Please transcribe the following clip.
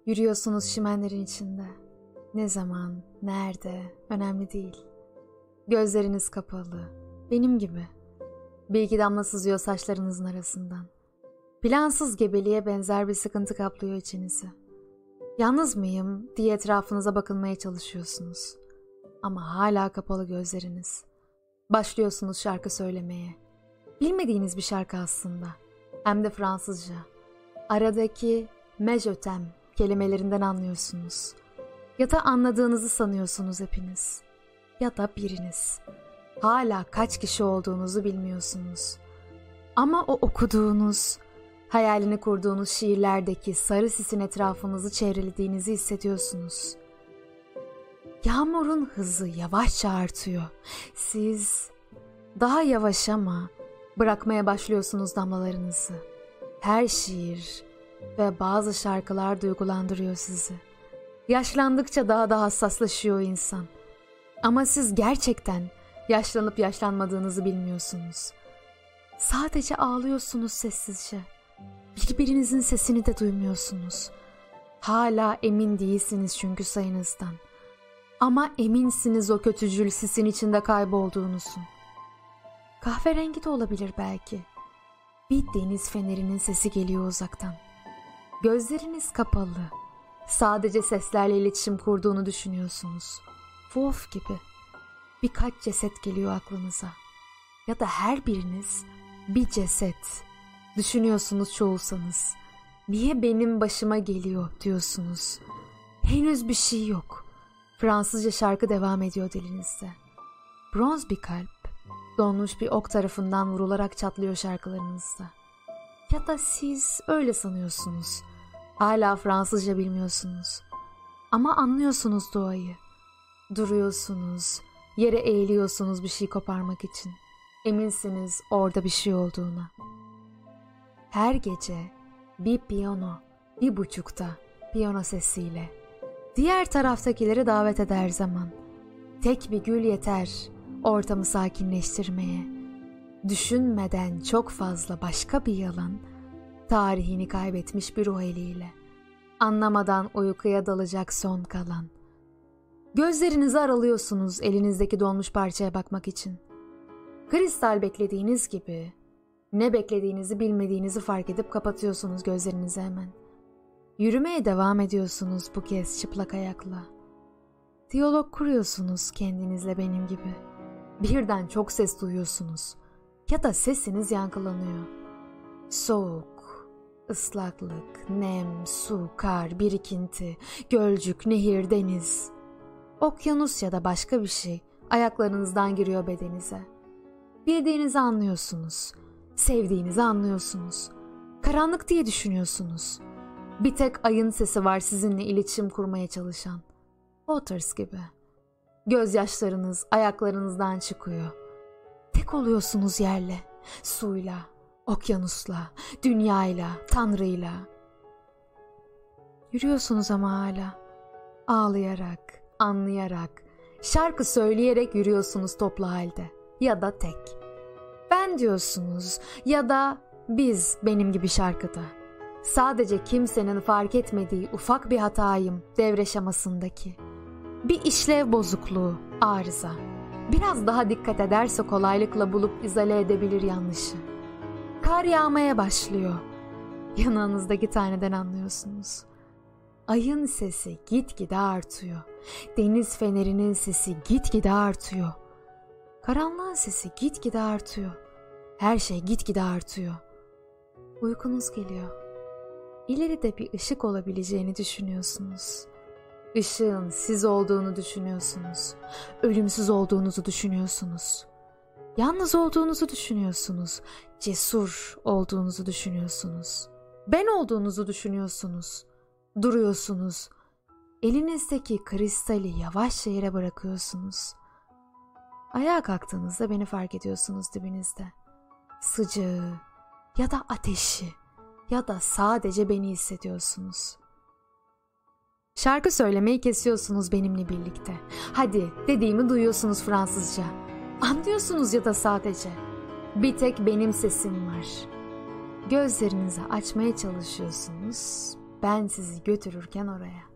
Yürüyorsunuz çimenlerin içinde. Ne zaman, nerede, önemli değil. Gözleriniz kapalı, benim gibi. Bir iki damla sızıyor saçlarınızın arasından. Plansız gebeliğe benzer bir sıkıntı kaplıyor içinizi. Yalnız mıyım diye etrafınıza bakınmaya çalışıyorsunuz. Ama hala kapalı gözleriniz. Başlıyorsunuz şarkı söylemeye. Bilmediğiniz bir şarkı aslında. Hem de Fransızca. Aradaki mejotem kelimelerinden anlıyorsunuz. Ya da anladığınızı sanıyorsunuz hepiniz. Ya da biriniz. Hala kaç kişi olduğunuzu bilmiyorsunuz. Ama o okuduğunuz, hayalini kurduğunuz şiirlerdeki sarı sisin etrafınızı çevrelediğinizi hissediyorsunuz. Yağmurun hızı yavaşça artıyor. Siz daha yavaş ama bırakmaya başlıyorsunuz damlalarınızı. Her şiir ve bazı şarkılar duygulandırıyor sizi. Yaşlandıkça daha da hassaslaşıyor insan. Ama siz gerçekten yaşlanıp yaşlanmadığınızı bilmiyorsunuz. Sadece ağlıyorsunuz sessizce. Birbirinizin sesini de duymuyorsunuz. Hala emin değilsiniz çünkü sayınızdan. Ama eminsiniz o kötücül sisin içinde kaybolduğunuzun. Kahverengi de olabilir belki. Bir deniz fenerinin sesi geliyor uzaktan. Gözleriniz kapalı. Sadece seslerle iletişim kurduğunu düşünüyorsunuz. Wolf gibi. Birkaç ceset geliyor aklınıza. Ya da her biriniz bir ceset. Düşünüyorsunuz çoğulsanız. Niye benim başıma geliyor diyorsunuz. Henüz bir şey yok. Fransızca şarkı devam ediyor dilinizde. Bronz bir kalp, donmuş bir ok tarafından vurularak çatlıyor şarkılarınızda. Ya da siz öyle sanıyorsunuz. Hala Fransızca bilmiyorsunuz. Ama anlıyorsunuz doğayı. Duruyorsunuz, yere eğiliyorsunuz bir şey koparmak için. Eminsiniz orada bir şey olduğuna. Her gece bir piyano, 1.30'da piyano sesiyle. Diğer taraftakileri davet eder zaman. Tek bir gül yeter ortamı sakinleştirmeye. Düşünmeden çok fazla başka bir yalan, tarihini kaybetmiş bir ruh eliyle. Anlamadan uykuya dalacak son kalan. Gözlerinizi aralıyorsunuz elinizdeki donmuş parçaya bakmak için. Kristal beklediğiniz gibi, ne beklediğinizi bilmediğinizi fark edip kapatıyorsunuz gözlerinizi hemen. Yürümeye devam ediyorsunuz bu kez çıplak ayakla. Diyalog kuruyorsunuz kendinizle benim gibi. Birden çok ses duyuyorsunuz. Ya da sesiniz yankılanıyor. Soğuk, ıslaklık, nem, su, kar, birikinti, gölcük, nehir, deniz. Okyanus ya da başka bir şey ayaklarınızdan giriyor bedenize. Bildiğinizi anlıyorsunuz. Sevdiğinizi anlıyorsunuz. Karanlık diye düşünüyorsunuz. Bir tek ayın sesi var sizinle iletişim kurmaya çalışan. Waters gibi. Gözyaşlarınız ayaklarınızdan çıkıyor. Tek oluyorsunuz yerle, suyla, okyanusla, dünyayla, Tanrı'yla. Yürüyorsunuz ama hala. Ağlayarak, anlayarak, şarkı söyleyerek yürüyorsunuz toplu halde. Ya da tek. Ben diyorsunuz ya da biz benim gibi şarkıda. Sadece kimsenin fark etmediği ufak bir hatayım devre şamasındaki. Bir işlev bozukluğu, arıza. Biraz daha dikkat ederse kolaylıkla bulup izale edebilir yanlışı. Kar yağmaya başlıyor. Yanağınızdaki taneden anlıyorsunuz. Ayın sesi gitgide artıyor. Deniz fenerinin sesi gitgide artıyor. Karanlığın sesi gitgide artıyor. Her şey gitgide artıyor. Uykunuz geliyor. İleride bir ışık olabileceğini düşünüyorsunuz. Işığın siz olduğunu düşünüyorsunuz. Ölümsüz olduğunuzu düşünüyorsunuz. Yalnız olduğunuzu düşünüyorsunuz. Cesur olduğunuzu düşünüyorsunuz. Ben olduğunuzu düşünüyorsunuz. Duruyorsunuz. Elinizdeki kristali yavaşça yere bırakıyorsunuz. Ayağa kalktığınızda beni fark ediyorsunuz dibinizde. Sıcağı ya da ateşi ya da sadece beni hissediyorsunuz. Şarkı söylemeyi kesiyorsunuz benimle birlikte. Hadi dediğimi duyuyorsunuz Fransızca. Anlıyorsunuz ya da sadece. Bir tek benim sesim var. Gözlerinizi açmaya çalışıyorsunuz. ben sizi götürürken oraya.